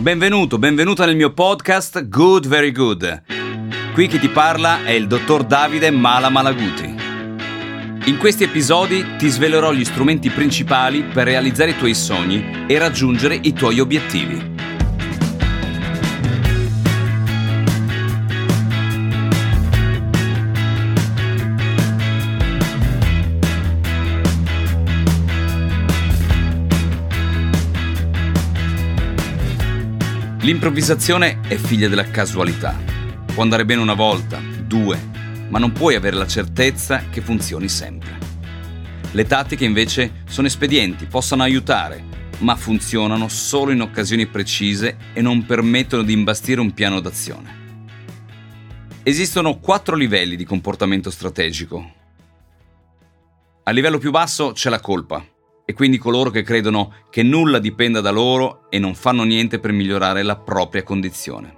Benvenuta nel mio podcast Good Very Good. Qui chi ti parla è il dottor Davide Mala Malaguti. In questi episodi ti svelerò gli strumenti principali per realizzare i tuoi sogni e raggiungere i tuoi obiettivi. L'improvvisazione è figlia della casualità. Può andare bene una volta, due, ma non puoi avere la certezza che funzioni sempre. Le tattiche invece sono espedienti, possono aiutare, ma funzionano solo in occasioni precise e non permettono di imbastire un piano d'azione. Esistono 4 livelli di comportamento strategico. A livello più basso c'è la colpa. E quindi coloro che credono che nulla dipenda da loro e non fanno niente per migliorare la propria condizione.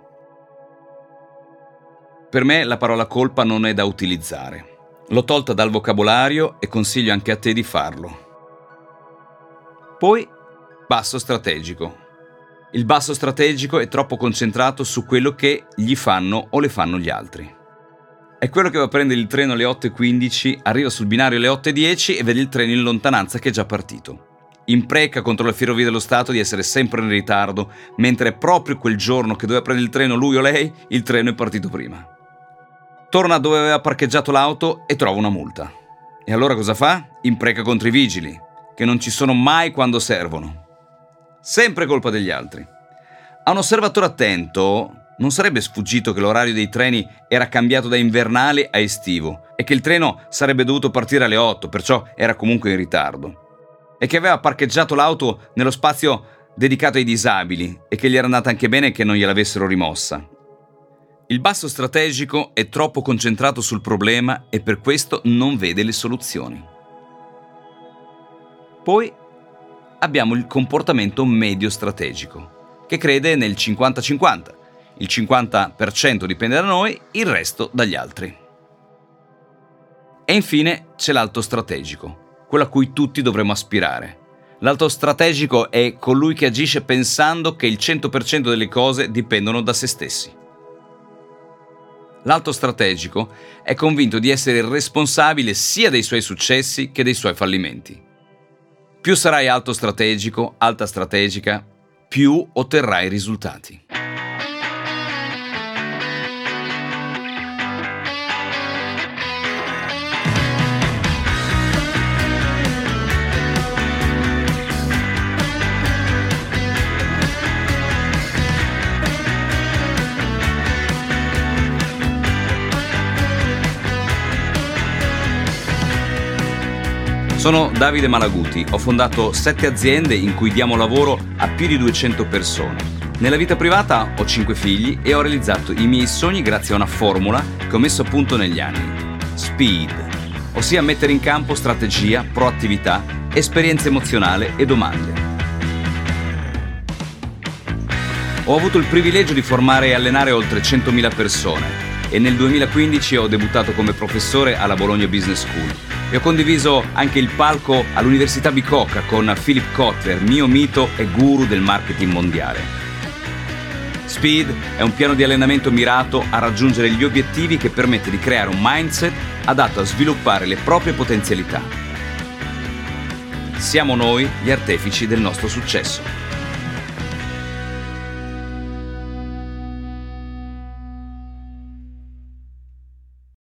Per me la parola colpa non è da utilizzare. L'ho tolta dal vocabolario e consiglio anche a te di farlo. Poi, basso strategico. Il basso strategico è troppo concentrato su quello che gli fanno o le fanno gli altri. È quello che va a prendere il treno alle 8:15, arriva sul binario alle 8:10 e vede il treno in lontananza che è già partito. Impreca contro le ferrovie dello Stato di essere sempre in ritardo, mentre proprio quel giorno che doveva prendere il treno lui o lei, il treno è partito prima. Torna dove aveva parcheggiato l'auto e trova una multa. E allora cosa fa? Impreca contro i vigili, che non ci sono mai quando servono. Sempre colpa degli altri. A un osservatore attento non sarebbe sfuggito che l'orario dei treni era cambiato da invernale a estivo e che il treno sarebbe dovuto partire alle 8, perciò era comunque in ritardo. E che aveva parcheggiato l'auto nello spazio dedicato ai disabili e che gli era andata anche bene che non gliel'avessero rimossa. Il basso strategico è troppo concentrato sul problema e per questo non vede le soluzioni. Poi abbiamo il comportamento medio strategico, che crede nel 50-50. Il 50% dipende da noi, il resto dagli altri. E infine c'è l'alto strategico, quello a cui tutti dovremmo aspirare. L'alto strategico è colui che agisce pensando che il 100% delle cose dipendono da se stessi. L'alto strategico è convinto di essere il responsabile sia dei suoi successi che dei suoi fallimenti. Più sarai alto strategico, alta strategica, più otterrai risultati. Sono Davide Malaguti, ho fondato 7 aziende in cui diamo lavoro a più di 200 persone. Nella vita privata ho 5 figli e ho realizzato i miei sogni grazie a una formula che ho messo a punto negli anni. SPEED, ossia mettere in campo strategia, proattività, esperienza emozionale e domande. Ho avuto il privilegio di formare e allenare oltre 100.000 persone e nel 2015 ho debuttato come professore alla Bologna Business School. E ho condiviso anche il palco all'Università Bicocca con Philip Kotler, mio mito e guru del marketing mondiale. SPEED è un piano di allenamento mirato a raggiungere gli obiettivi che permette di creare un mindset adatto a sviluppare le proprie potenzialità. Siamo noi gli artefici del nostro successo.